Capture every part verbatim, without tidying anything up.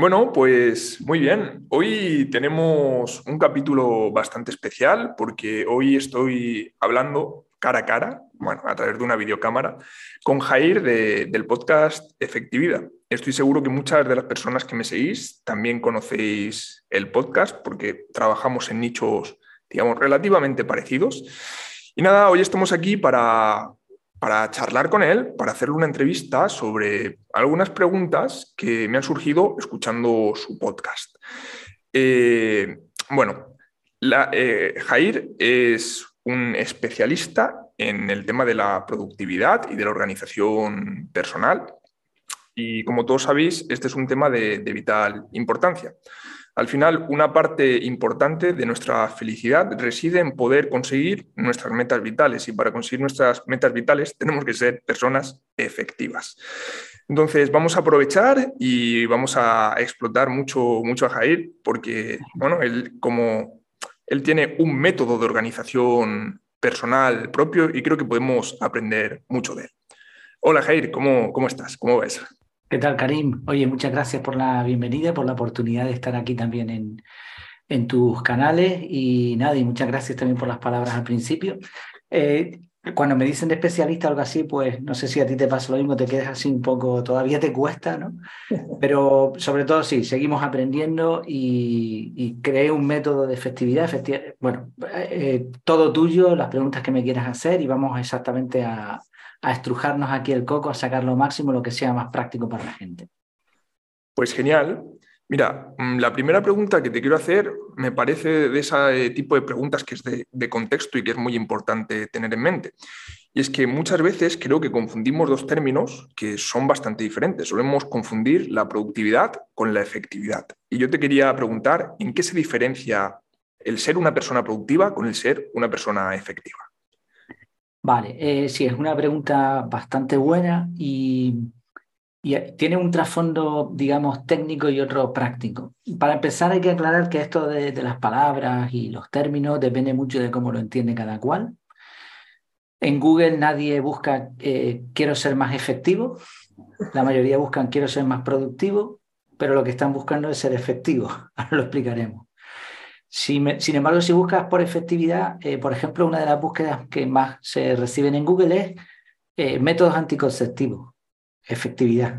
Bueno, pues muy bien. Hoy tenemos un capítulo bastante especial porque hoy estoy hablando cara a cara, bueno, a través de una videocámara, con Jair de- del podcast Efectividad. Estoy seguro que muchas de las personas que me seguís también conocéis el podcast porque trabajamos en nichos, digamos, relativamente parecidos. Y nada, hoy estamos aquí para para charlar con él, para hacerle una entrevista sobre algunas preguntas que me han surgido escuchando su podcast. Eh, bueno, la, eh, Jair es un especialista en el tema de la productividad y de la organización personal. Y como todos sabéis, este es un tema de, de vital importancia. Al final, una parte importante de nuestra felicidad reside en poder conseguir nuestras metas vitales y para conseguir nuestras metas vitales tenemos que ser personas efectivas. Entonces, vamos a aprovechar y vamos a explotar mucho, mucho a Jair porque, bueno, él como él tiene un método de organización personal propio y creo que podemos aprender mucho de él. Hola Jair, ¿cómo, cómo estás? ¿Cómo ves? ¿Qué tal, Karim? Oye, muchas gracias por la bienvenida y por la oportunidad de estar aquí también en, en tus canales. Y nada, y muchas gracias también por las palabras al principio. Eh, Cuando me dicen de especialista o algo así, pues no sé si a ti te pasa lo mismo, te quedas así un poco, todavía te cuesta, ¿no? Pero sobre todo sí, seguimos aprendiendo y, y creé un método de efectividad. efecti- bueno, eh, todo tuyo, las preguntas que me quieras hacer y vamos exactamente a, a estrujarnos aquí el coco, a sacar lo máximo, lo que sea más práctico para la gente. Pues genial. Mira, mm, la primera pregunta que te quiero hacer me parece de ese tipo de preguntas que es de, de contexto y que es muy importante tener en mente. Y es que muchas veces creo que confundimos dos términos que son bastante diferentes. Solemos confundir la productividad con la efectividad. Y yo te quería preguntar, ¿en qué se diferencia el ser una persona productiva con el ser una persona efectiva? Vale, eh, sí, es una pregunta bastante buena y, y tiene un trasfondo, digamos, técnico y otro práctico. Para empezar, hay que aclarar que esto de, de las palabras y los términos depende mucho de cómo lo entiende cada cual. En Google nadie busca eh, quiero ser más efectivo, la mayoría buscan quiero ser más productivo, pero lo que están buscando es ser efectivo. Ahora lo explicaremos. Si me- sin embargo, si buscas por efectividad, eh, por ejemplo, una de las búsquedas que más se reciben en Google es eh, métodos anticonceptivos, efectividad.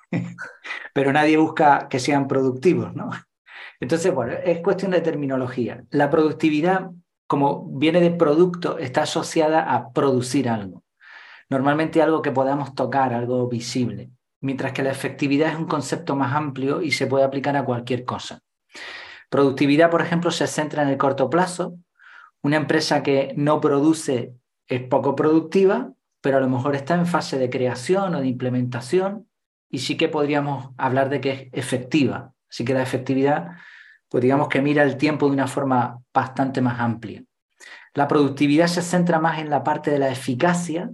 Pero nadie busca que sean productivos, ¿no? Entonces, bueno, es cuestión de terminología. La productividad, como viene de producto, está asociada a producir algo. Normalmente algo que podamos tocar, algo visible. Mientras que la efectividad es un concepto más amplio y se puede aplicar a cualquier cosa. Productividad, por ejemplo, se centra en el corto plazo. Una empresa que no produce es poco productiva, pero a lo mejor está en fase de creación o de implementación y sí que podríamos hablar de que es efectiva. Así que la efectividad, pues digamos que mira el tiempo de una forma bastante más amplia. La productividad se centra más en la parte de la eficacia.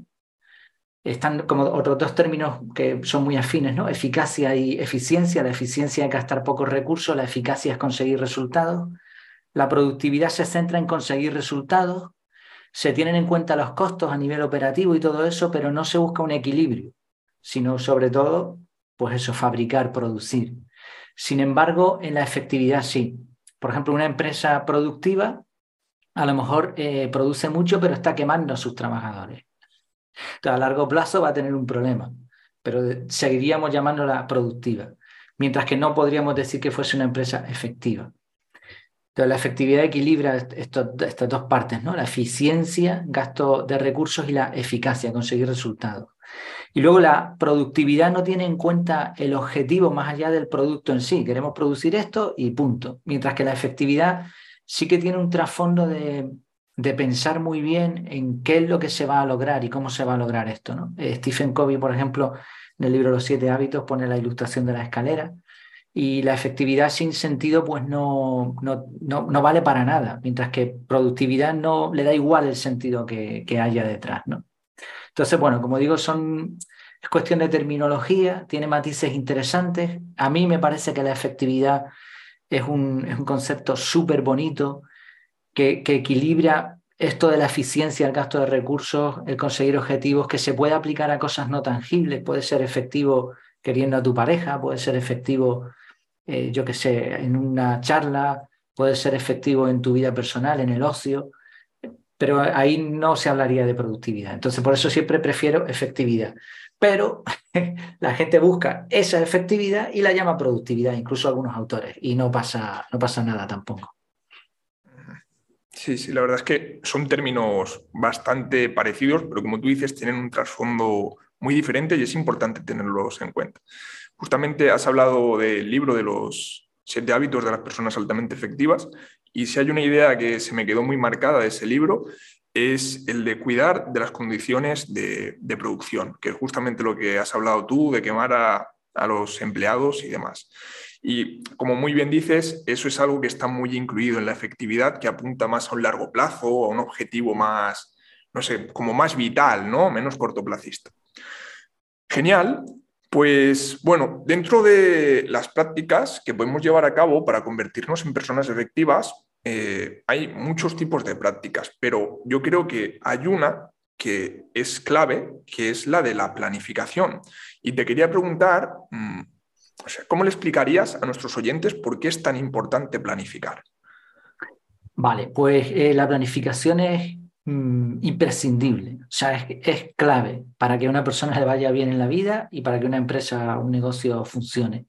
Están como otros dos términos que son muy afines, ¿no? Eficacia y eficiencia. La eficiencia es gastar pocos recursos, la eficacia es conseguir resultados. La productividad se centra en conseguir resultados, se tienen en cuenta los costos a nivel operativo y todo eso, pero no se busca un equilibrio, sino sobre todo, pues eso, fabricar, producir. Sin embargo, en la efectividad sí. Por ejemplo, una empresa productiva a lo mejor eh, produce mucho, pero está quemando a sus trabajadores. Entonces, a largo plazo va a tener un problema, pero seguiríamos llamándola productiva, mientras que no podríamos decir que fuese una empresa efectiva. Entonces, la efectividad equilibra estos, estas dos partes, ¿no? La eficiencia, gasto de recursos y la eficacia, conseguir resultados. Y luego la productividad no tiene en cuenta el objetivo más allá del producto en sí. Queremos producir esto y punto. Mientras que la efectividad sí que tiene un trasfondo de, de pensar muy bien en qué es lo que se va a lograr y cómo se va a lograr esto, ¿no? Eh, Stephen Covey, por ejemplo, en el libro Los siete hábitos pone la ilustración de la escalera. Y la efectividad sin sentido pues no, no, no, no vale para nada, mientras que productividad no le da igual el sentido que, que haya detrás, ¿no? Entonces, bueno, como digo, son, es cuestión de terminología, tiene matices interesantes. A mí me parece que la efectividad es un, es un concepto súper bonito que, que equilibra esto de la eficiencia, el gasto de recursos, el conseguir objetivos, que se puede aplicar a cosas no tangibles. Puede ser efectivo queriendo a tu pareja, puede ser efectivo eh, yo qué sé, en una charla, puede ser efectivo en tu vida personal, en el ocio, pero ahí no se hablaría de productividad. Entonces, por eso siempre prefiero efectividad. Pero la gente busca esa efectividad y la llama productividad, incluso algunos autores, y no pasa, no pasa nada tampoco. Sí, sí, la verdad es que son términos bastante parecidos, pero como tú dices, tienen un trasfondo muy diferente y es importante tenerlos en cuenta. Justamente has hablado del libro de los siete hábitos de las personas altamente efectivas y si hay una idea que se me quedó muy marcada de ese libro es el de cuidar de las condiciones de, de producción, que es justamente lo que has hablado tú, de quemar a, a los empleados y demás. Y como muy bien dices, eso es algo que está muy incluido en la efectividad, que apunta más a un largo plazo, a un objetivo más, no sé, como más vital, ¿no? Menos cortoplacista. Genial. Pues bueno, dentro de las prácticas que podemos llevar a cabo para convertirnos en personas efectivas, eh, hay muchos tipos de prácticas, pero yo creo que hay una que es clave, que es la de la planificación. Y te quería preguntar, mmm, o sea, ¿cómo le explicarías a nuestros oyentes por qué es tan importante planificar? Vale, pues eh, la planificación es mm, imprescindible, o sea, es, es clave para que a una persona le vaya bien en la vida y para que una empresa, un negocio funcione.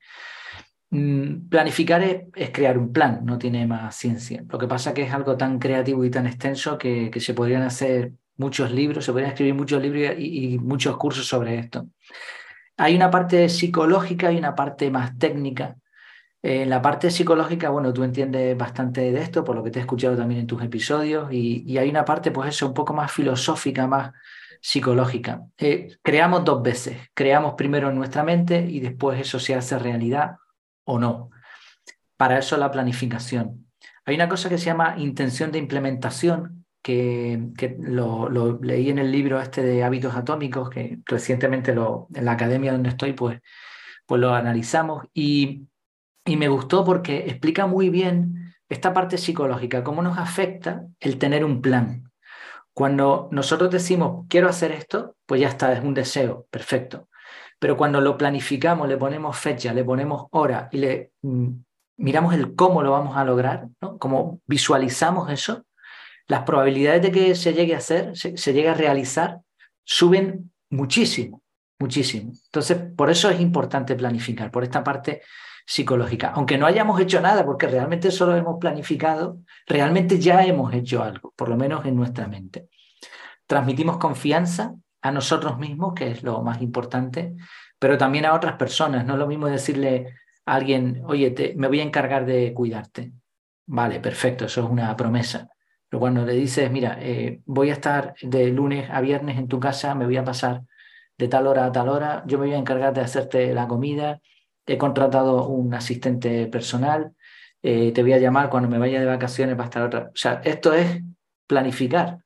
Mm, planificar es, es crear un plan, no tiene más ciencia. Lo que pasa es que es algo tan creativo y tan extenso que, que se podrían hacer muchos libros, se podrían escribir muchos libros y, y muchos cursos sobre esto. Hay una parte psicológica y una parte más técnica. Eh, En la parte psicológica, bueno, tú entiendes bastante de esto, por lo que te he escuchado también en tus episodios, y, y hay una parte, pues eso, un poco más filosófica, más psicológica. Eh, creamos dos veces, creamos primero en nuestra mente y después eso se hace realidad o no. Para eso la planificación. Hay una cosa que se llama intención de implementación, que, que lo, lo leí en el libro este de Hábitos Atómicos, que recientemente lo, en la academia donde estoy, pues, pues lo analizamos y y me gustó porque explica muy bien esta parte psicológica, cómo nos afecta el tener un plan. Cuando nosotros decimos, quiero hacer esto, pues ya está, es un deseo, perfecto. Pero cuando lo planificamos, le ponemos fecha, le ponemos hora y le mm, miramos el cómo lo vamos a lograr, ¿no? Como visualizamos eso, las probabilidades de que se llegue a hacer, se, se llegue a realizar, suben muchísimo, muchísimo. Entonces, por eso es importante planificar, por esta parte psicológica. Aunque no hayamos hecho nada, porque realmente solo hemos planificado, realmente ya hemos hecho algo, por lo menos en nuestra mente. Transmitimos confianza a nosotros mismos, que es lo más importante, pero también a otras personas. No es lo mismo decirle a alguien, oye, te, me voy a encargar de cuidarte. Vale, perfecto, eso es una promesa. Pero cuando le dices, mira, eh, voy a estar de lunes a viernes en tu casa, me voy a pasar de tal hora a tal hora, yo me voy a encargar de hacerte la comida, he contratado un asistente personal, eh, te voy a llamar cuando me vaya de vacaciones para estar otra. O sea, esto es planificar.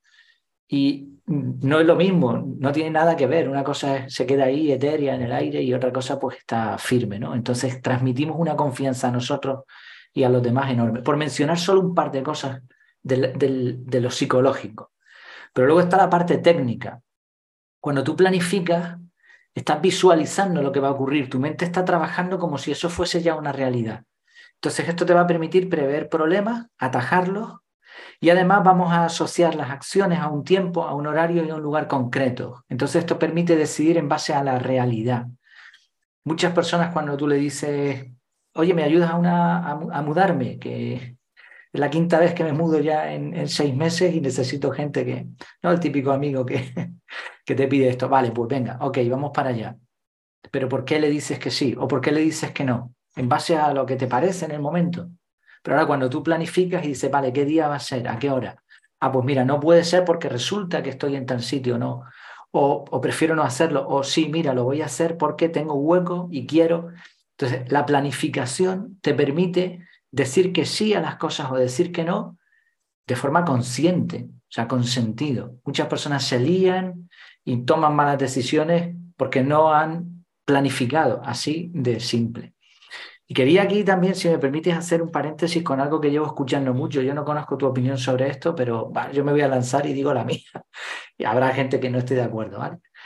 Y no es lo mismo, no tiene nada que ver. Una cosa se queda ahí etérea en el aire y otra cosa pues está firme, ¿no? Entonces transmitimos una confianza a nosotros y a los demás enorme. Por mencionar solo un par de cosas del, del, de lo psicológico. Pero luego está la parte técnica. Cuando tú planificas, estás visualizando lo que va a ocurrir. Tu mente está trabajando como si eso fuese ya una realidad. Entonces esto te va a permitir prever problemas, atajarlos y además vamos a asociar las acciones a un tiempo, a un horario y a un lugar concreto. Entonces esto permite decidir en base a la realidad. Muchas personas cuando tú le dices, oye, ¿me ayudas a, una, a, a mudarme? Que es la quinta vez que me mudo ya en, en seis meses y necesito gente que, no el típico amigo que, que te pide esto. Vale, pues venga, ok, vamos para allá. Pero ¿por qué le dices que sí? ¿O por qué le dices que no? En base a lo que te parece en el momento. Pero ahora cuando tú planificas y dices, vale, ¿qué día va a ser? ¿A qué hora? Ah, pues mira, no puede ser porque resulta que estoy en tal sitio, ¿no? O, o prefiero no hacerlo. O sí, mira, lo voy a hacer porque tengo hueco y quiero. Entonces, la planificación te permite decir que sí a las cosas o decir que no de forma consciente, o sea, con sentido. Muchas personas se lían y toman malas decisiones porque no han planificado, así de simple. Y quería aquí también, si me permites, hacer un paréntesis con algo que llevo escuchando mucho. Yo no conozco tu opinión sobre esto, pero bah, yo me voy a lanzar y digo la mía. Y habrá gente que no esté de acuerdo, ¿vale?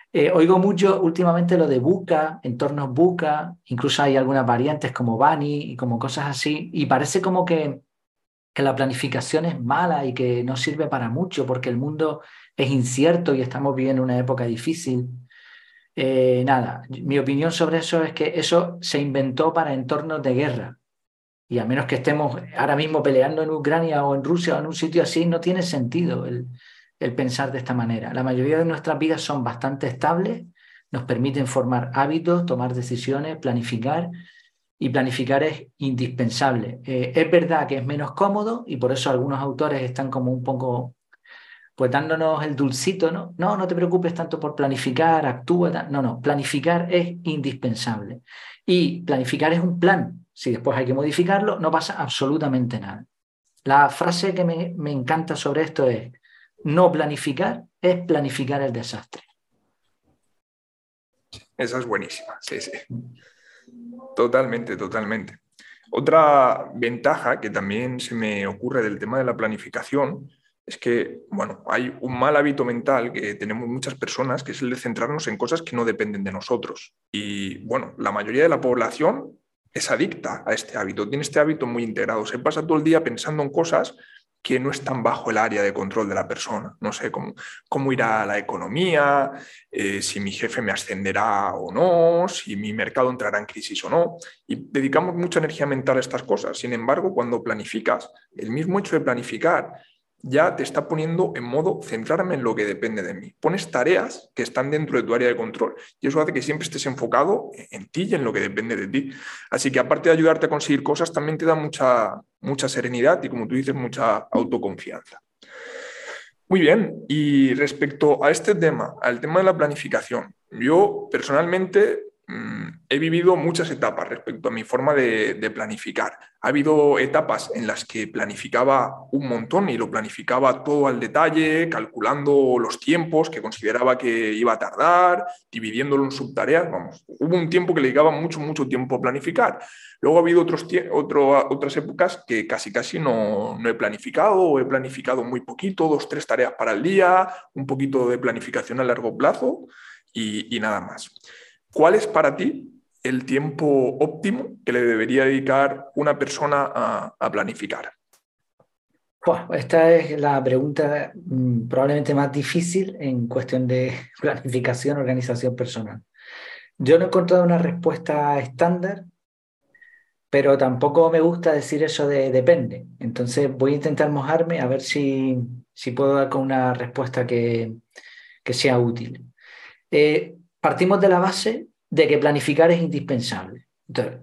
Eh, oigo mucho últimamente lo de Buca, entornos Buca, incluso hay algunas variantes como Bunny y como cosas así, y parece como que, que la planificación es mala y que no sirve para mucho porque el mundo es incierto y estamos viviendo una época difícil. Eh, nada, mi opinión sobre eso es que eso se inventó para entornos de guerra. Y a menos que estemos ahora mismo peleando en Ucrania o en Rusia o en un sitio así, no tiene sentido el, el pensar de esta manera. La mayoría de nuestras vidas son bastante estables, nos permiten formar hábitos, tomar decisiones, planificar, y planificar es indispensable. Eh, es verdad que es menos cómodo y por eso algunos autores están como un poco, pues dándonos el dulcito, ¿no? No, no te preocupes tanto por planificar, actúa. tal. No, no, planificar es indispensable. Y planificar es un plan. Si después hay que modificarlo, no pasa absolutamente nada. La frase que me, me encanta sobre esto es, no planificar es planificar el desastre. Esa es buenísima, sí, sí. Totalmente, totalmente. Otra ventaja que también se me ocurre del tema de la planificación es que, bueno, hay un mal hábito mental que tenemos muchas personas, que es el de centrarnos en cosas que no dependen de nosotros. Y, bueno, la mayoría de la población es adicta a este hábito, tiene este hábito muy integrado. Se pasa todo el día pensando en cosas que no están bajo el área de control de la persona. No sé cómo, cómo irá la economía, eh, si mi jefe me ascenderá o no, si mi mercado entrará en crisis o no. Y dedicamos mucha energía mental a estas cosas. Sin embargo, cuando planificas, el mismo hecho de planificar ya te está poniendo en modo centrarme en lo que depende de mí. Pones tareas que están dentro de tu área de control y eso hace que siempre estés enfocado en ti y en lo que depende de ti. Así que aparte de ayudarte a conseguir cosas, también te da mucha, mucha serenidad y, como tú dices, mucha autoconfianza. Muy bien, y respecto a este tema, al tema de la planificación, yo personalmente mmm, he vivido muchas etapas respecto a mi forma de, de planificar. Ha habido etapas en las que planificaba un montón y lo planificaba todo al detalle, calculando los tiempos que consideraba que iba a tardar, dividiéndolo en subtareas. Vamos, hubo un tiempo que le dedicaba mucho, mucho tiempo a planificar. Luego ha habido otros, otro, otras épocas que casi casi no, no he planificado o he planificado muy poquito, dos, tres tareas para el día, un poquito de planificación a largo plazo y, y nada más. ¿Cuál es para ti el tiempo óptimo que le debería dedicar una persona a, a planificar? Bueno, esta es la pregunta mmm, probablemente más difícil en cuestión de planificación, organización personal. Yo no he encontrado una respuesta estándar, pero tampoco me gusta decir eso de depende. Entonces voy a intentar mojarme a ver si, si puedo dar con una respuesta que, que sea útil. Eh, partimos de la base de que planificar es indispensable. Entonces,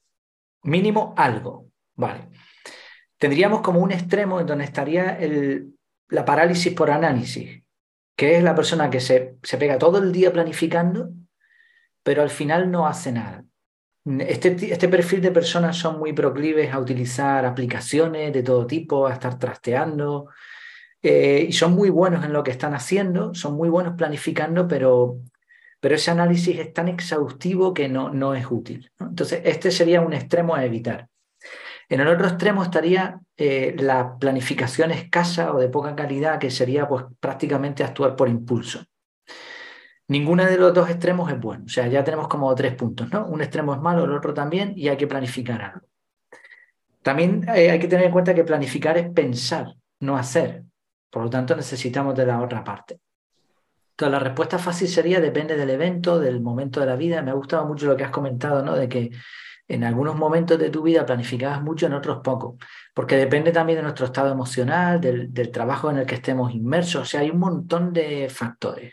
mínimo algo, ¿vale? Tendríamos como un extremo en donde estaría el, la parálisis por análisis, que es la persona que se, se pega todo el día planificando, pero al final no hace nada. Este, este perfil de personas son muy proclives a utilizar aplicaciones de todo tipo, a estar trasteando, eh, y son muy buenos en lo que están haciendo, son muy buenos planificando, pero, pero ese análisis es tan exhaustivo que no, no es útil, ¿no? Entonces, este sería un extremo a evitar. En el otro extremo estaría eh, la planificación escasa o de poca calidad, que sería pues, prácticamente actuar por impulso. Ninguna de los dos extremos es bueno. O sea, ya tenemos como tres puntos, ¿no? Un extremo es malo, el otro también, y hay que planificar algo. También eh, hay que tener en cuenta que planificar es pensar, no hacer. Por lo tanto, necesitamos de la otra parte. Entonces, la respuesta fácil sería depende del evento, del momento de la vida. Me ha gustado mucho lo que has comentado, ¿no? De que en algunos momentos de tu vida planificabas mucho, en otros poco. Porque depende también de nuestro estado emocional, del, del trabajo en el que estemos inmersos. O sea, hay un montón de factores.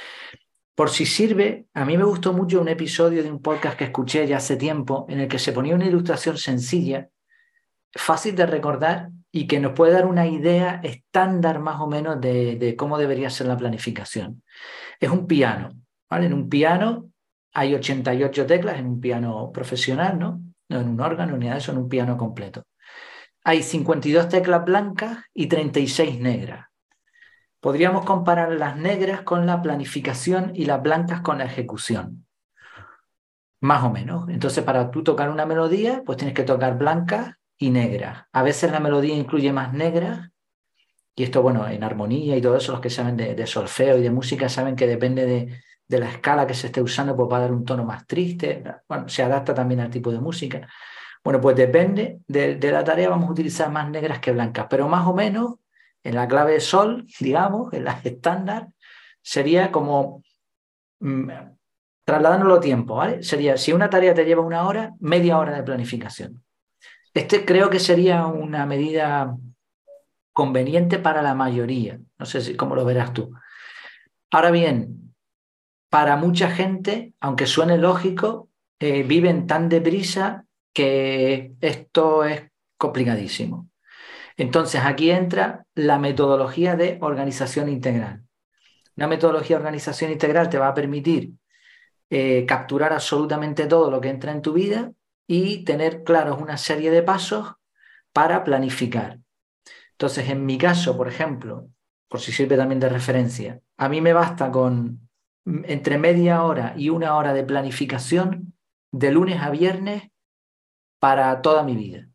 Por si sirve, a mí me gustó mucho un episodio de un podcast que escuché ya hace tiempo en el que se ponía una ilustración sencilla, fácil de recordar y que nos puede dar una idea estándar más o menos de, de cómo debería ser la planificación. Es un piano, ¿vale? En un piano hay ochenta y ocho teclas, en un piano profesional, ¿no? No en un órgano ni nada de eso, en un piano completo. Hay cincuenta y dos teclas blancas y treinta y seis negras. Podríamos comparar las negras con la planificación y las blancas con la ejecución. Más o menos. Entonces, para tú tocar una melodía, pues tienes que tocar blancas y negras. A veces la melodía incluye más negras, y esto, bueno, en armonía y todo eso, los que saben de, de solfeo y de música saben que depende de, de la escala que se esté usando, pues va a dar un tono más triste. Bueno, se adapta también al tipo de música. Bueno, pues depende de, de la tarea, vamos a utilizar más negras que blancas, pero más o menos en la clave de sol, digamos, en las estándar, sería como mmm, trasladándolo a tiempo, ¿vale? Sería, si una tarea te lleva una hora, media hora de planificación. Este creo que sería una medida conveniente para la mayoría. No sé si, cómo lo verás tú. Ahora bien, para mucha gente, aunque suene lógico, eh, viven tan deprisa que esto es complicadísimo. Entonces, aquí entra la metodología de organización integral. Una metodología de organización integral te va a permitir eh, capturar absolutamente todo lo que entra en tu vida y tener claros una serie de pasos para planificar. Entonces, en mi caso, por ejemplo, por si sirve también de referencia, a mí me basta con entre media hora y una hora de planificación de lunes a viernes para toda mi vida.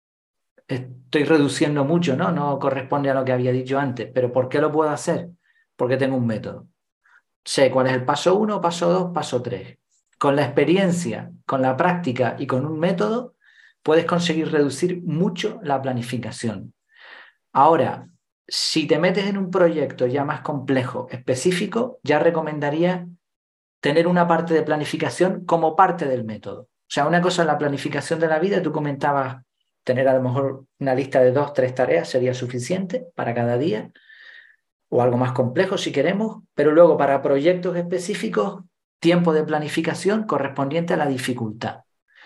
Estoy reduciendo mucho, ¿no? No corresponde a lo que había dicho antes, pero ¿por qué lo puedo hacer? Porque tengo un método. Sé cuál es el paso uno, paso dos, paso tres. Con la experiencia, con la práctica y con un método, puedes conseguir reducir mucho la planificación. Ahora, si te metes en un proyecto ya más complejo, específico, ya recomendaría tener una parte de planificación como parte del método. O sea, una cosa es la planificación de la vida, tú comentabas tener a lo mejor una lista de dos, tres tareas sería suficiente para cada día, o algo más complejo si queremos, pero luego para proyectos específicos, tiempo de planificación correspondiente a la dificultad.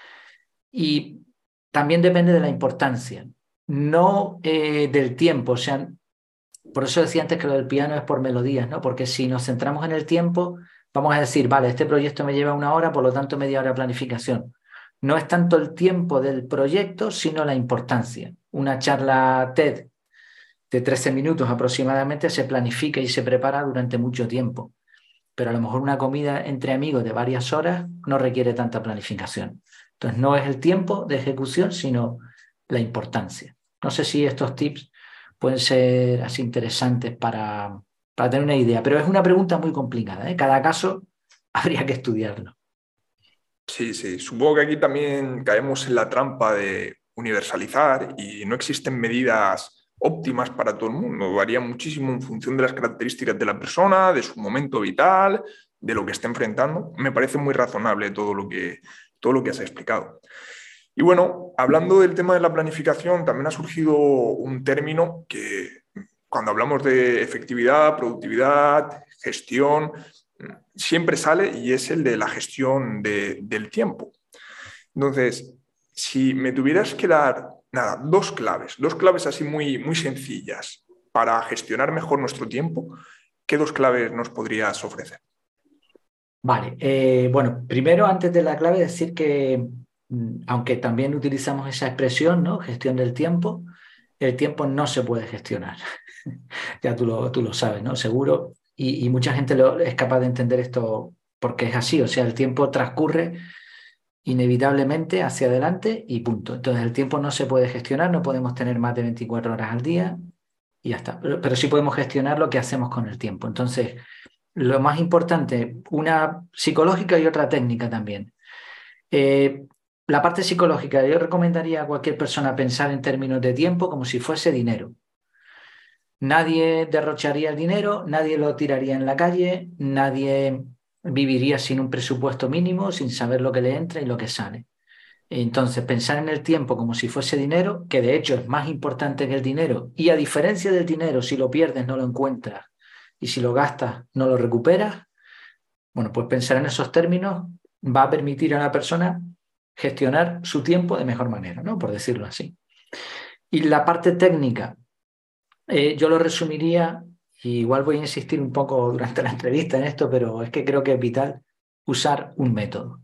Y también depende de la importancia, no eh, del tiempo. O sea, por eso decía antes que lo del piano es por melodías, ¿no? Porque si nos centramos en el tiempo, vamos a decir, vale, este proyecto me lleva una hora, por lo tanto media hora de planificación. No es tanto el tiempo del proyecto, sino la importancia. Una charla TED de trece minutos aproximadamente se planifica y se prepara durante mucho tiempo. Pero a lo mejor una comida entre amigos de varias horas no requiere tanta planificación. Entonces no es el tiempo de ejecución, sino la importancia. No sé si estos tips pueden ser así interesantes para, para tener una idea, pero es una pregunta muy complicada, ¿eh? Cada caso habría que estudiarlo. Sí, sí. Supongo que aquí también caemos en la trampa de universalizar y no existen medidas óptimas para todo el mundo. Varía muchísimo en función de las características de la persona, de su momento vital, de lo que esté enfrentando. Me parece muy razonable todo lo que, todo lo que has explicado. Y bueno, hablando del tema de la planificación, también ha surgido un término que cuando hablamos de efectividad, productividad, gestión, siempre sale y es el de la gestión de, del tiempo. Entonces, si me tuvieras que dar, nada, dos claves, dos claves así muy, muy sencillas para gestionar mejor nuestro tiempo, ¿qué dos claves nos podrías ofrecer? Vale, eh, bueno, primero antes de la clave decir que, aunque también utilizamos esa expresión, ¿no? Gestión del tiempo, el tiempo no se puede gestionar. Ya tú lo, tú lo sabes, ¿no? Seguro. Y, y mucha gente lo, es capaz de entender esto porque es así. O sea, el tiempo transcurre inevitablemente hacia adelante y punto. Entonces el tiempo no se puede gestionar, no podemos tener más de veinticuatro horas al día y ya está. Pero, pero sí podemos gestionar lo que hacemos con el tiempo. Entonces, lo más importante, una psicológica y otra técnica también. Eh, la parte psicológica, yo recomendaría a cualquier persona pensar en términos de tiempo como si fuese dinero. Nadie derrocharía el dinero, nadie lo tiraría en la calle, nadie viviría sin un presupuesto mínimo, sin saber lo que le entra y lo que sale. Entonces, pensar en el tiempo como si fuese dinero, que de hecho es más importante que el dinero, y a diferencia del dinero, si lo pierdes no lo encuentras y si lo gastas no lo recuperas, bueno, pues pensar en esos términos va a permitir a la persona gestionar su tiempo de mejor manera, ¿no? Por decirlo así. Y la parte técnica, eh, yo lo resumiría, y igual voy a insistir un poco durante la entrevista en esto, pero es que creo que es vital usar un método.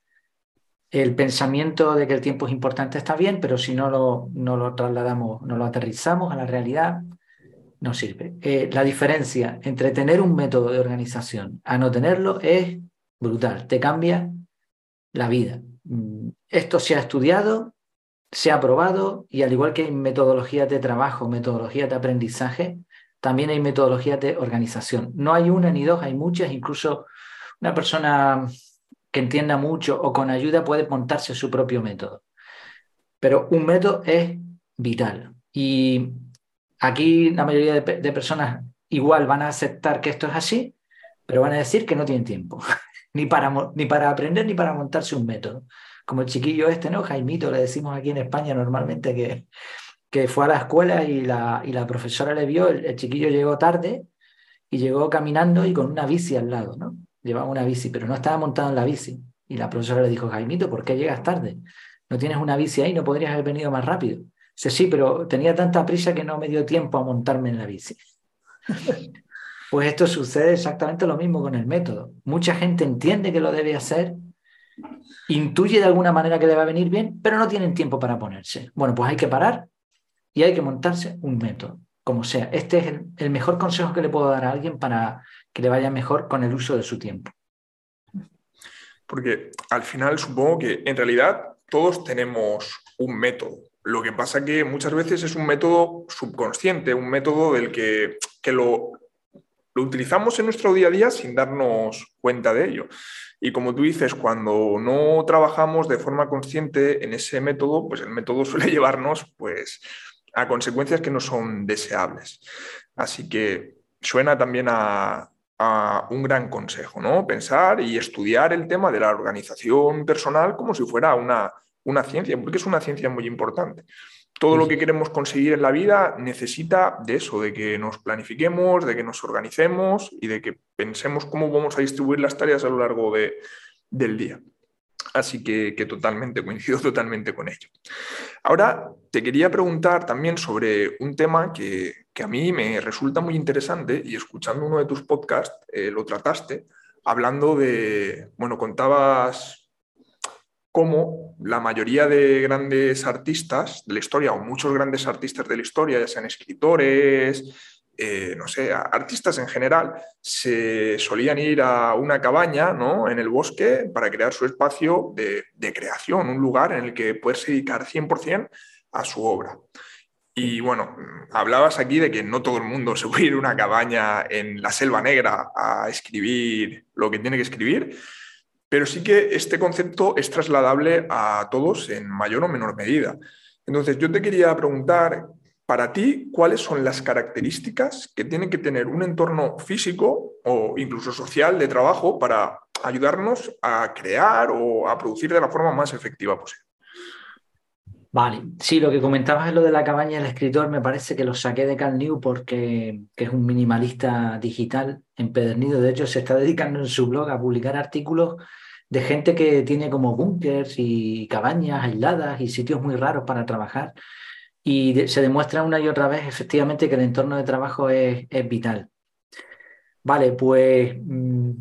El pensamiento de que el tiempo es importante está bien, pero si no lo, no lo trasladamos, no lo aterrizamos a la realidad, no sirve. Eh, la diferencia entre tener un método de organización a no tenerlo es brutal, te cambia la vida. Esto se ha estudiado, se ha probado y al igual que hay metodologías de trabajo, metodologías de aprendizaje, también hay metodologías de organización. No hay una ni dos, hay muchas, incluso una persona que entienda mucho o con ayuda puede montarse su propio método. Pero un método es vital. Y aquí la mayoría de, de personas igual van a aceptar que esto es así, pero van a decir que no tienen tiempo, ni para, ni para aprender ni para montarse un método. Como el chiquillo este, ¿no? Jaimito, le decimos aquí en España normalmente que, que fue a la escuela y la, y la profesora le vio, el, el chiquillo llegó tarde y llegó caminando y con una bici al lado, ¿no? Llevaba una bici, pero no estaba montado en la bici. Y la profesora le dijo, Jaimito, ¿por qué llegas tarde? ¿No tienes una bici ahí? ¿No podrías haber venido más rápido? Dice, sí, pero tenía tanta prisa que no me dio tiempo a montarme en la bici. Pues esto sucede exactamente lo mismo con el método. Mucha gente entiende que lo debe hacer, intuye de alguna manera que le va a venir bien, pero no tienen tiempo para ponerse. Bueno, pues hay que parar y hay que montarse un método, como sea. Este es el, el mejor consejo que le puedo dar a alguien para que le vaya mejor con el uso de su tiempo. Porque al final supongo que en realidad todos tenemos un método. Lo que pasa que muchas veces es un método subconsciente, un método del que, que lo, lo utilizamos en nuestro día a día sin darnos cuenta de ello. Y como tú dices, cuando no trabajamos de forma consciente en ese método, pues el método suele llevarnos pues, a consecuencias que no son deseables. Así que suena también a, a un gran consejo, ¿no? Pensar y estudiar el tema de la organización personal como si fuera una, una ciencia, porque es una ciencia muy importante. Todo lo que queremos conseguir en la vida necesita de eso, de que nos planifiquemos, de que nos organicemos y de que pensemos cómo vamos a distribuir las tareas a lo largo de, del día. Así que, que totalmente, coincido totalmente con ello. Ahora te quería preguntar también sobre un tema que, que a mí me resulta muy interesante y escuchando uno de tus podcasts eh, lo trataste, hablando de, bueno, contabas cómo la mayoría de grandes artistas de la historia, o muchos grandes artistas de la historia, ya sean escritores, eh, no sé, artistas en general, se solían ir a una cabaña, ¿no?, en el bosque para crear su espacio de, de creación, un lugar en el que poderse dedicar cien por ciento a su obra. Y bueno, hablabas aquí de que no todo el mundo se puede ir a una cabaña en la Selva Negra a escribir lo que tiene que escribir, pero sí que este concepto es trasladable a todos en mayor o menor medida. Entonces, yo te quería preguntar, para ti, ¿cuáles son las características que tiene que tener un entorno físico o incluso social de trabajo para ayudarnos a crear o a producir de la forma más efectiva posible? Vale, sí, lo que comentabas es lo de la cabaña del escritor, me parece que lo saqué de Cal Newport porque que es un minimalista digital empedernido. De hecho, se está dedicando en su blog a publicar artículos de gente que tiene como búnkers y cabañas aisladas y sitios muy raros para trabajar. Y de, se demuestra una y otra vez efectivamente que el entorno de trabajo es, es vital. Vale, pues mmm,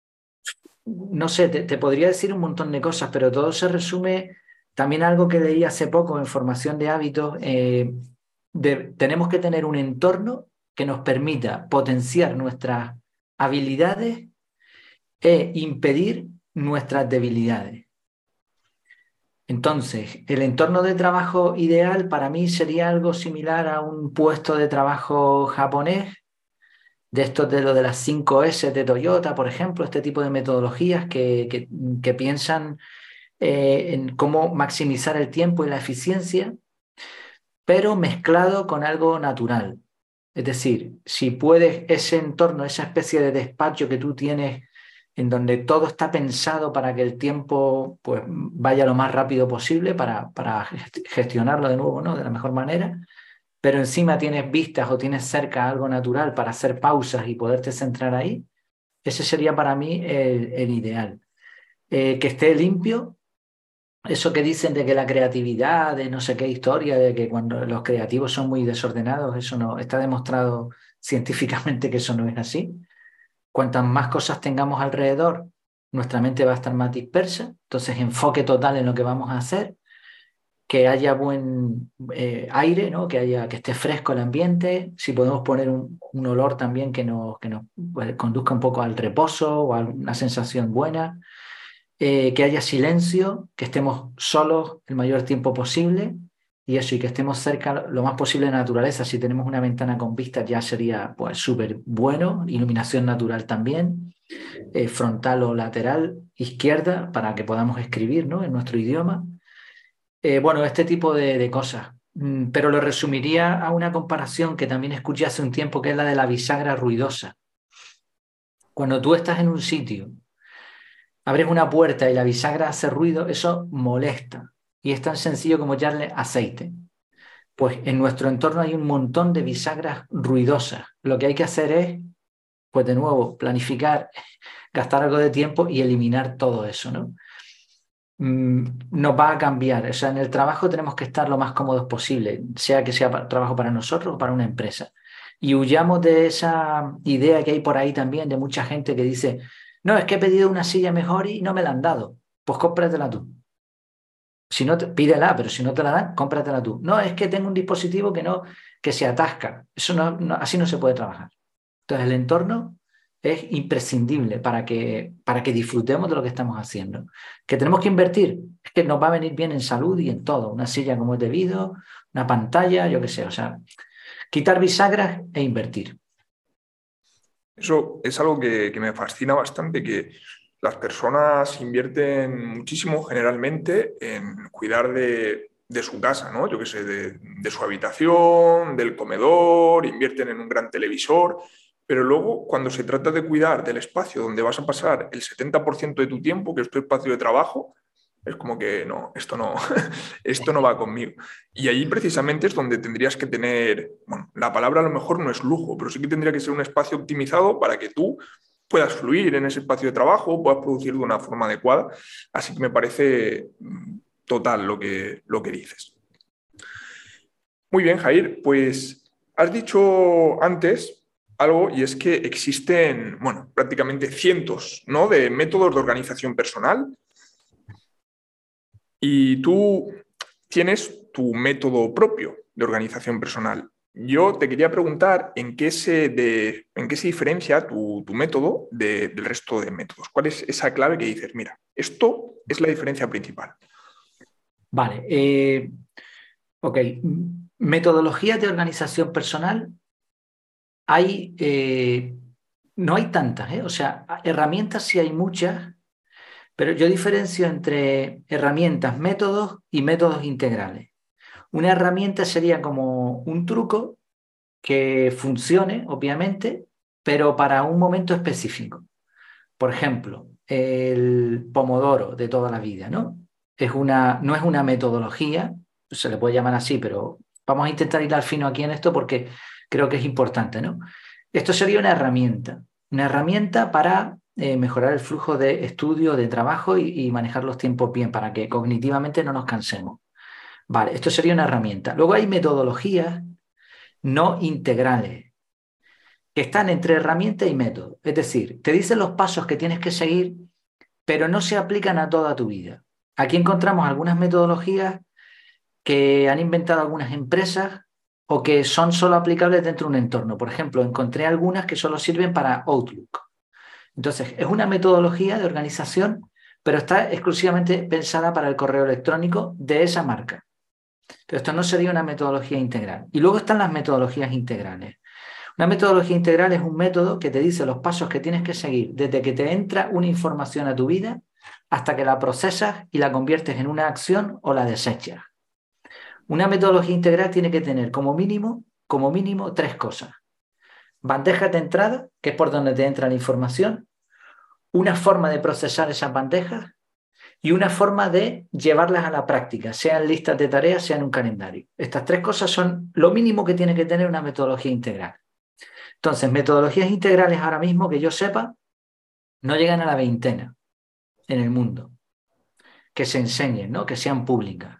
no sé, te, te podría decir un montón de cosas, pero todo se resume también a algo que leí hace poco en formación de hábitos. Eh, de, tenemos que tener un entorno que nos permita potenciar nuestras habilidades e impedir nuestras debilidades. Entonces, el entorno de trabajo ideal para mí sería algo similar a un puesto de trabajo japonés, de estos de lo de las cinco ese de Toyota, por ejemplo, este tipo de metodologías que, que, que piensan eh, en cómo maximizar el tiempo y la eficiencia, pero mezclado con algo natural. Es decir, si puedes ese entorno, esa especie de despacho que tú tienes en donde todo está pensado para que el tiempo pues, vaya lo más rápido posible para, para gestionarlo de nuevo, ¿no?, de la mejor manera, pero encima tienes vistas o tienes cerca algo natural para hacer pausas y poderte centrar ahí, ese sería para mí el, el ideal. Eh, que esté limpio, eso que dicen de que la creatividad, de no sé qué historia, de que cuando los creativos son muy desordenados, eso no está demostrado científicamente que eso no es así. Cuantas más cosas tengamos alrededor, nuestra mente va a estar más dispersa, entonces enfoque total en lo que vamos a hacer, que haya buen eh, aire, ¿no?, que, haya, que esté fresco el ambiente, si podemos poner un, un olor también que nos, que nos pues, conduzca un poco al reposo o a una sensación buena, eh, que haya silencio, que estemos solos el mayor tiempo posible y eso, y que estemos cerca lo más posible de la naturaleza. Si tenemos una ventana con vistas ya sería pues súper bueno, iluminación natural también. eh, frontal o lateral izquierda para que podamos escribir, ¿no?, en nuestro idioma. Eh, bueno, este tipo de, de cosas. Mm, pero lo resumiría a una comparación que también escuché hace un tiempo, que es la de la bisagra ruidosa. Cuando tú estás en un sitio, abres una puerta y la bisagra hace ruido, eso molesta. Y es tan sencillo como echarle aceite. Pues en nuestro entorno hay un montón de bisagras ruidosas. Lo que hay que hacer es, pues de nuevo, planificar, gastar algo de tiempo y eliminar todo eso, ¿no? Mm, nos va a cambiar. O sea, en el trabajo tenemos que estar lo más cómodos posible, sea que sea para, trabajo para nosotros o para una empresa. Y huyamos de esa idea que hay por ahí también de mucha gente que dice, no, es que he pedido una silla mejor y no me la han dado. Pues cómpratela tú. Si no te, pídela, pero si no te la dan, cómpratela tú. No, es que tengo un dispositivo que no, que se atasca. Eso no, no, así no se puede trabajar. Entonces, el entorno es imprescindible para que, para que disfrutemos de lo que estamos haciendo. ¿Que tenemos que invertir? Es que nos va a venir bien en salud y en todo. Una silla como es debido, una pantalla, yo qué sé. O sea, quitar bisagras e invertir. Eso es algo que, que me fascina bastante, que las personas invierten muchísimo generalmente en cuidar de, de su casa, ¿no? Yo qué sé, de, de su habitación, del comedor, invierten en un gran televisor, pero luego cuando se trata de cuidar del espacio donde vas a pasar el setenta por ciento de tu tiempo, que es tu espacio de trabajo, es como que no, esto no, esto no va conmigo. Y allí precisamente es donde tendrías que tener, bueno, la palabra a lo mejor no es lujo, pero sí que tendría que ser un espacio optimizado para que tú puedas fluir en ese espacio de trabajo, puedas producir de una forma adecuada. Así que me parece mm, total lo que, lo que dices. Muy bien, Jair, pues has dicho antes algo y es que existen, bueno, prácticamente cientos, ¿no?, de métodos de organización personal y tú tienes tu método propio de organización personal. Yo te quería preguntar en qué se, de, en qué se diferencia tu, tu método de, del resto de métodos. ¿Cuál es esa clave que dices, mira, esto es la diferencia principal? Vale. Eh, ok. Metodologías de organización personal hay, eh, no hay tantas, ¿eh? O sea, herramientas sí hay muchas, pero yo diferencio entre herramientas, métodos y métodos integrales. Una herramienta sería como un truco que funcione, obviamente, pero para un momento específico. Por ejemplo, el pomodoro de toda la vida, ¿no? Es una, no es una metodología, se le puede llamar así, pero vamos a intentar ir al fino aquí en esto porque creo que es importante, ¿no? Esto sería una herramienta, una herramienta para eh, mejorar el flujo de estudio, de trabajo y, y manejar los tiempos bien, para que cognitivamente no nos cansemos. Vale, esto sería una herramienta. Luego hay metodologías no integrales, que están entre herramienta y método. Es decir, te dicen los pasos que tienes que seguir, pero no se aplican a toda tu vida. Aquí encontramos algunas metodologías que han inventado algunas empresas o que son solo aplicables dentro de un entorno. Por ejemplo, encontré algunas que solo sirven para Outlook. Entonces, es una metodología de organización, pero está exclusivamente pensada para el correo electrónico de esa marca. Pero esto no sería una metodología integral. Y luego están las metodologías integrales. Una metodología integral es un método que te dice los pasos que tienes que seguir desde que te entra una información a tu vida hasta que la procesas y la conviertes en una acción o la desechas. Una metodología integral tiene que tener como mínimo, como mínimo tres cosas. Bandejas de entrada, que es por donde te entra la información, una forma de procesar esas bandejas y una forma de llevarlas a la práctica, sea en listas de tareas, sea en un calendario. Estas tres cosas son lo mínimo que tiene que tener una metodología integral. Entonces, metodologías integrales ahora mismo, que yo sepa, no llegan a la veintena en el mundo, que se enseñen, ¿no?, que sean públicas.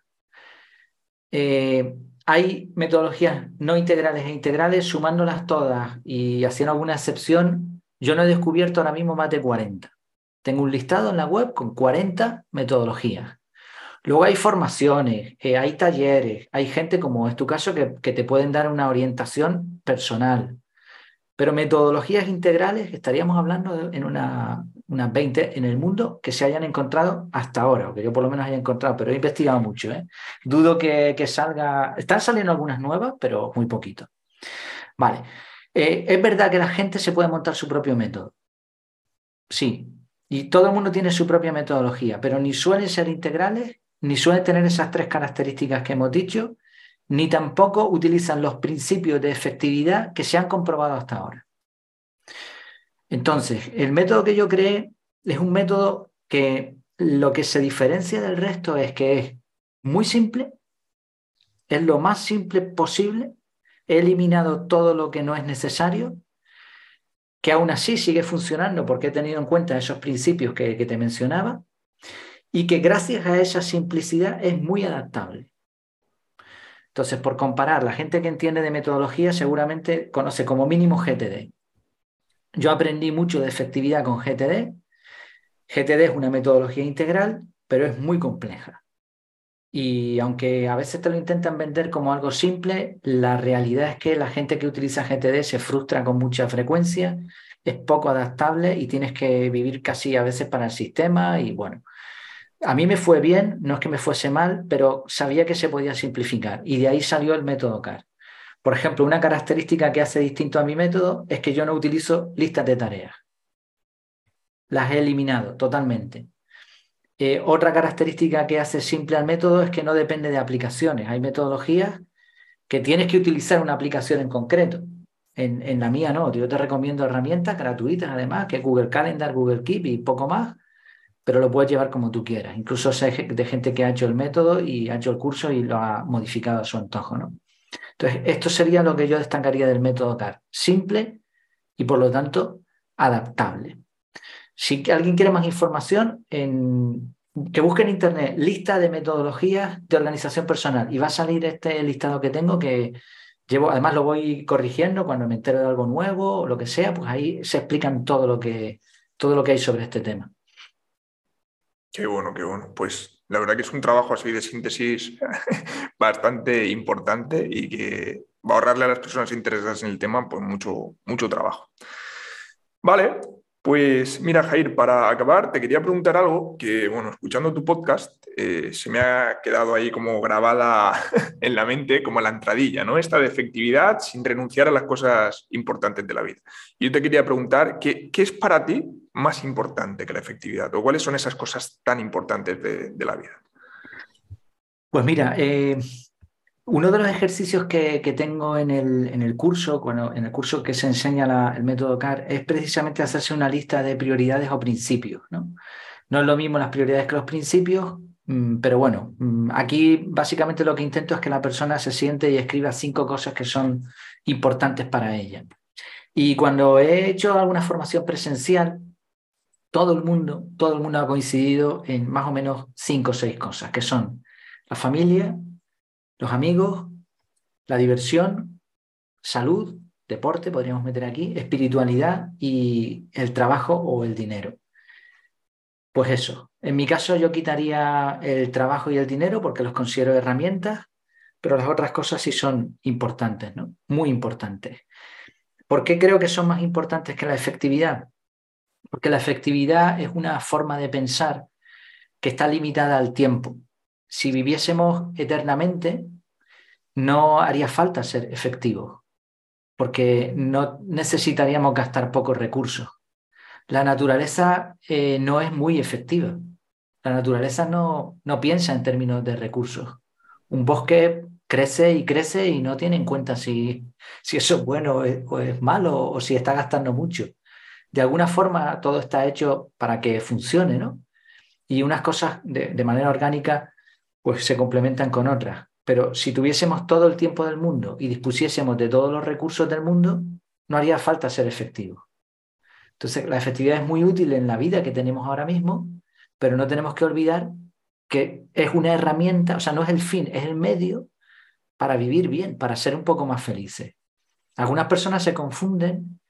Eh, hay metodologías no integrales e integrales, sumándolas todas y haciendo alguna excepción, yo no he descubierto ahora mismo más de cuarenta. Tengo un listado en la web con cuarenta metodologías. Luego hay formaciones, eh, hay talleres, hay gente como es tu caso que, que te pueden dar una orientación personal. Pero metodologías integrales estaríamos hablando de, en una, unas veinte en el mundo que se hayan encontrado hasta ahora, o que yo por lo menos haya encontrado, pero he investigado mucho, ¿eh? Dudo que, que salga, están saliendo algunas nuevas, pero muy poquito. Vale, eh, es verdad que la gente se puede montar su propio método. sí. Y todo el mundo tiene su propia metodología, pero ni suelen ser integrales, ni suelen tener esas tres características que hemos dicho, ni tampoco utilizan los principios de efectividad que se han comprobado hasta ahora. Entonces, el método que yo creé es un método que lo que se diferencia del resto es que es muy simple, es lo más simple posible, he eliminado todo lo que no es necesario, que aún así sigue funcionando porque he tenido en cuenta esos principios que, que te mencionaba, y que gracias a esa simplicidad es muy adaptable. Entonces, por comparar, la gente que entiende de metodología seguramente conoce como mínimo G T D. Yo aprendí mucho de efectividad con G T D. G T D es una metodología integral, pero es muy compleja. Y aunque a veces te lo intentan vender como algo simple, la realidad es que la gente que utiliza G T D se frustra con mucha frecuencia, es poco adaptable y tienes que vivir casi a veces para el sistema. Y bueno, a mí me fue bien, no es que me fuese mal, pero sabía que se podía simplificar y de ahí salió el método C A R. Por ejemplo, una característica que hace distinto a mi método es que yo no utilizo listas de tareas. Las he eliminado totalmente. Eh, otra característica que hace simple al método es que no depende de aplicaciones. Hay metodologías que tienes que utilizar una aplicación en concreto. En, en la mía no. Yo te recomiendo herramientas gratuitas, además, que Google Calendar, Google Keep y poco más, pero lo puedes llevar como tú quieras. Incluso sé de gente que ha hecho el método y ha hecho el curso y lo ha modificado a su antojo, ¿no? Entonces, esto sería lo que yo destacaría del método C A R. Simple y, por lo tanto, adaptable. Si alguien quiere más información, en, que busque en internet lista de metodologías de organización personal y va a salir este listado que tengo que llevo, además lo voy corrigiendo cuando me entero de algo nuevo o lo que sea, pues ahí se explican todo lo que, todo lo que hay sobre este tema. Qué bueno, qué bueno. Pues la verdad que es un trabajo así de síntesis bastante importante y que va a ahorrarle a las personas interesadas en el tema pues mucho, mucho trabajo. Vale, pues mira, Jair, para acabar, te quería preguntar algo que, bueno, escuchando tu podcast, eh, se me ha quedado ahí como grabada en la mente, como la entradilla, ¿no? Esta de efectividad sin renunciar a las cosas importantes de la vida. Y yo te quería preguntar, ¿qué, qué es para ti más importante que la efectividad? ¿O cuáles son esas cosas tan importantes de, de la vida? Pues mira, eh, uno de los ejercicios que, que tengo en el, en el curso, bueno, en el curso que se enseña la, el método C A R, es precisamente hacerse una lista de prioridades o principios, ¿no? No es lo mismo las prioridades que los principios, pero bueno, aquí básicamente lo que intento es que la persona se siente y escriba cinco cosas que son importantes para ella. Y cuando he hecho alguna formación presencial, todo el mundo, todo el mundo ha coincidido en más o menos cinco o seis cosas, que son la familia, los amigos, la diversión, salud, deporte, podríamos meter aquí, espiritualidad y el trabajo o el dinero. Pues eso, en mi caso yo quitaría el trabajo y el dinero porque los considero herramientas, pero las otras cosas sí son importantes, ¿no? Muy importantes. ¿Por qué creo que son más importantes que la efectividad? Porque la efectividad es una forma de pensar que está limitada al tiempo. Si viviésemos eternamente, no haría falta ser efectivos, porque no necesitaríamos gastar pocos recursos. La naturaleza eh, no es muy efectiva. La naturaleza no, no piensa en términos de recursos. Un bosque crece y crece y no tiene en cuenta si, si eso es bueno o es, o es malo o si está gastando mucho. De alguna forma todo está hecho para que funcione, ¿no? Y unas cosas de, de manera orgánica pues se complementan con otras. Pero si tuviésemos todo el tiempo del mundo y dispusiésemos de todos los recursos del mundo, no haría falta ser efectivos. Entonces, la efectividad es muy útil en la vida que tenemos ahora mismo, pero no tenemos que olvidar que es una herramienta, o sea, no es el fin, es el medio para vivir bien, para ser un poco más felices. Algunas personas se confunden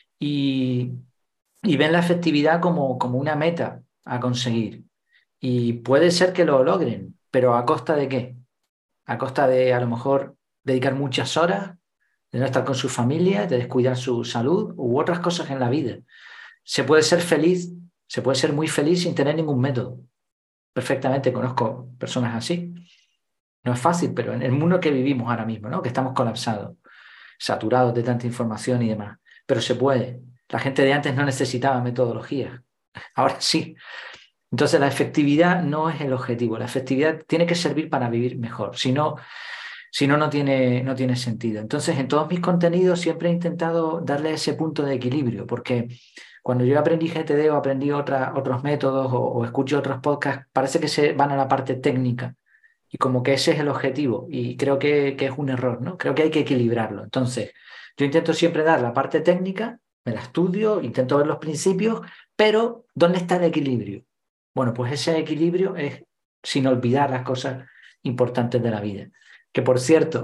y, y ven la efectividad como, como una meta a conseguir. Y puede ser que lo logren, pero ¿a costa de qué? A costa de, a lo mejor, dedicar muchas horas, de no estar con su familia, de descuidar su salud u otras cosas en la vida. Se puede ser feliz, se puede ser muy feliz sin tener ningún método. Perfectamente conozco personas así. No es fácil, pero en el mundo que vivimos ahora mismo, ¿no? Que estamos colapsados, saturados de tanta información y demás. Pero se puede. La gente de antes no necesitaba metodologías. ahora sí. Entonces la efectividad no es el objetivo, la efectividad tiene que servir para vivir mejor, si no, si no, no tiene, no tiene sentido. Entonces en todos mis contenidos siempre he intentado darle ese punto de equilibrio, porque cuando yo aprendí G T D o aprendí otra, otros métodos o, o escucho otros podcasts, parece que se van a la parte técnica y como que ese es el objetivo y creo que, que es un error, ¿no? Creo que hay que equilibrarlo. Entonces yo intento siempre dar la parte técnica, me la estudio, intento ver los principios, pero ¿dónde está el equilibrio? Bueno, pues ese equilibrio es sin olvidar las cosas importantes de la vida. Que por cierto,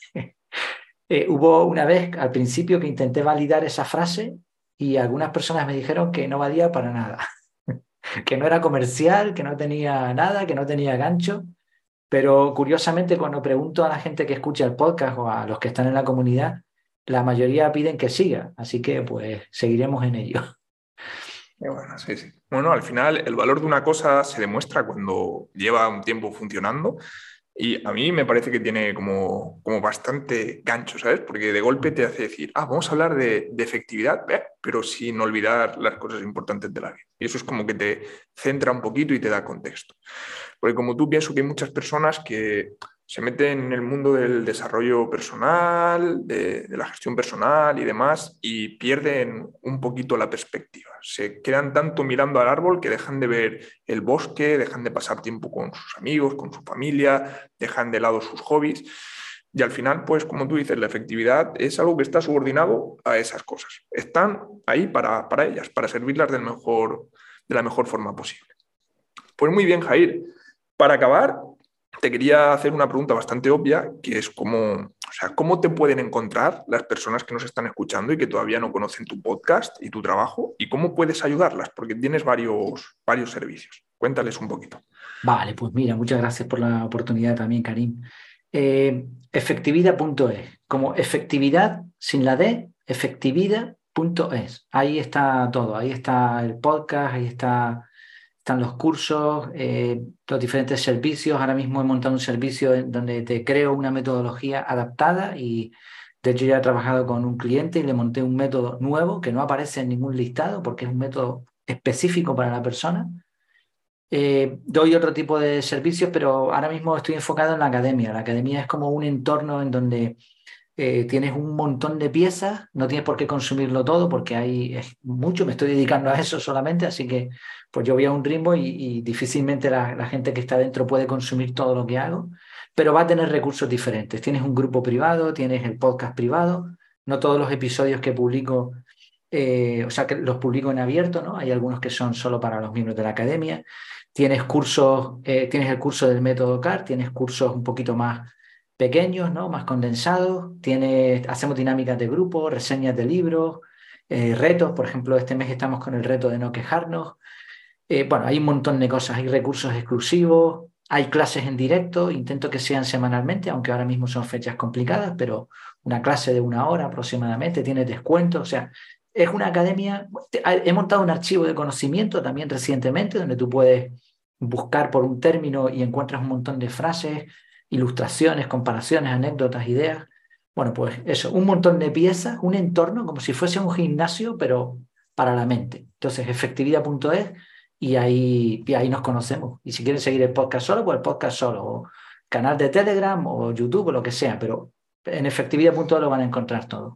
eh, hubo una vez al principio que intenté validar esa frase y algunas personas me dijeron que no valía para nada, que no era comercial, que no tenía nada, que no tenía gancho. Pero curiosamente cuando pregunto a la gente que escucha el podcast o a los que están en la comunidad, la mayoría piden que siga. Así que pues seguiremos en ello. Eh, Bueno, sí, sí. Bueno, al final el valor de una cosa se demuestra cuando lleva un tiempo funcionando y a mí me parece que tiene como, como bastante gancho, ¿sabes? Porque de golpe te hace decir, ah, vamos a hablar de, de efectividad, ¿eh? Pero sin olvidar las cosas importantes de la vida. Y eso es como que te centra un poquito y te da contexto. Porque como tú pienso que hay muchas personas que se meten en el mundo del desarrollo personal, de, de la gestión personal y demás, y pierden un poquito la perspectiva. Se quedan tanto mirando al árbol que dejan de ver el bosque, dejan de pasar tiempo con sus amigos, con su familia, dejan de lado sus hobbies. Y al final, pues como tú dices, la efectividad es algo que está subordinado a esas cosas. Están ahí para, para ellas, para servirlas del mejor, de la mejor forma posible. Pues muy bien, Jair. Para acabar, te quería hacer una pregunta bastante obvia, que es cómo, o sea, cómo te pueden encontrar las personas que nos están escuchando y que todavía no conocen tu podcast y tu trabajo, y cómo puedes ayudarlas, porque tienes varios, varios servicios. Cuéntales un poquito. Vale, pues mira, muchas gracias por la oportunidad también, Karim. Eh, efectividad punto es, como efectividad sin la D, efectividad punto es. Ahí está todo, ahí está el podcast, ahí está, están los cursos, eh, los diferentes servicios. Ahora mismo he montado un servicio en donde te creo una metodología adaptada y de hecho ya he trabajado con un cliente y le monté un método nuevo que no aparece en ningún listado porque es un método específico para la persona. Eh, doy otro tipo de servicios, pero ahora mismo estoy enfocado en la academia. La academia es como un entorno en donde eh, tienes un montón de piezas, no tienes por qué consumirlo todo porque hay es mucho, me estoy dedicando a eso solamente, así que pues yo voy a un ritmo y, y difícilmente la, la gente que está dentro puede consumir todo lo que hago, pero va a tener recursos diferentes. Tienes un grupo privado, tienes el podcast privado, no todos los episodios que publico, eh, o sea, que los publico en abierto, ¿no? Hay algunos que son solo para los miembros de la academia. Tienes cursos, eh, tienes el curso del método C A R, tienes cursos un poquito más pequeños, ¿no? Más condensados, tienes, hacemos dinámicas de grupo, reseñas de libros, eh, retos, por ejemplo, este mes estamos con el reto de no quejarnos. Eh, bueno, hay un montón de cosas, hay recursos exclusivos, hay clases en directo, intento que sean semanalmente, aunque ahora mismo son fechas complicadas, pero una clase de una hora aproximadamente, tiene descuento, o sea, es una academia. He montado un archivo de conocimiento también recientemente, donde tú puedes buscar por un término y encuentras un montón de frases, ilustraciones, comparaciones, anécdotas, ideas. Bueno, pues eso, un montón de piezas, un entorno como si fuese un gimnasio, pero para la mente. Entonces, efectividad punto es y ahí, y ahí nos conocemos. Y si quieren seguir el podcast solo, pues el podcast solo, o canal de Telegram o YouTube o lo que sea, pero en efectividad punto es lo van a encontrar todo.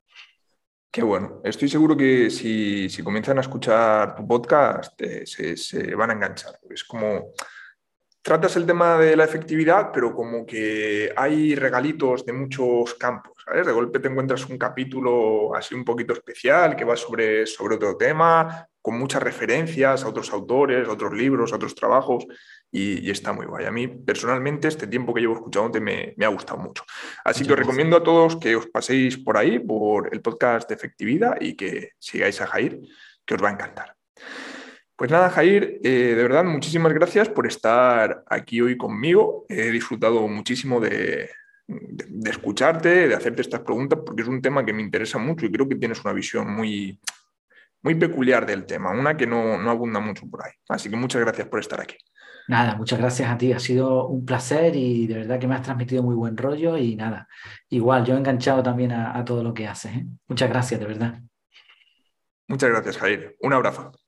Qué bueno. Estoy seguro que si, si comienzan a escuchar tu podcast, eh, se, se van a enganchar. Es como tratas el tema de la efectividad, pero como que hay regalitos de muchos campos, ¿sabes? De golpe te encuentras un capítulo así un poquito especial que va sobre, sobre otro tema, con muchas referencias a otros autores, a otros libros, a otros trabajos, y, y está muy guay. A mí, personalmente, este tiempo que llevo escuchándote me, me ha gustado mucho. Así que Muchas os gracias. recomiendo a todos que os paséis por ahí, por el podcast de efectividad, y que sigáis a Jair, que os va a encantar. Pues nada, Jair, eh, de verdad, muchísimas gracias por estar aquí hoy conmigo. He disfrutado muchísimo de, de, de escucharte, de hacerte estas preguntas, porque es un tema que me interesa mucho y creo que tienes una visión muy, muy peculiar del tema, una que no, no abunda mucho por ahí. Así que muchas gracias por estar aquí. Nada, muchas gracias a ti. Ha sido un placer y de verdad que me has transmitido muy buen rollo y nada, igual yo he enganchado también a, a todo lo que haces, ¿eh? Muchas gracias, de verdad. Muchas gracias, Jair. Un abrazo.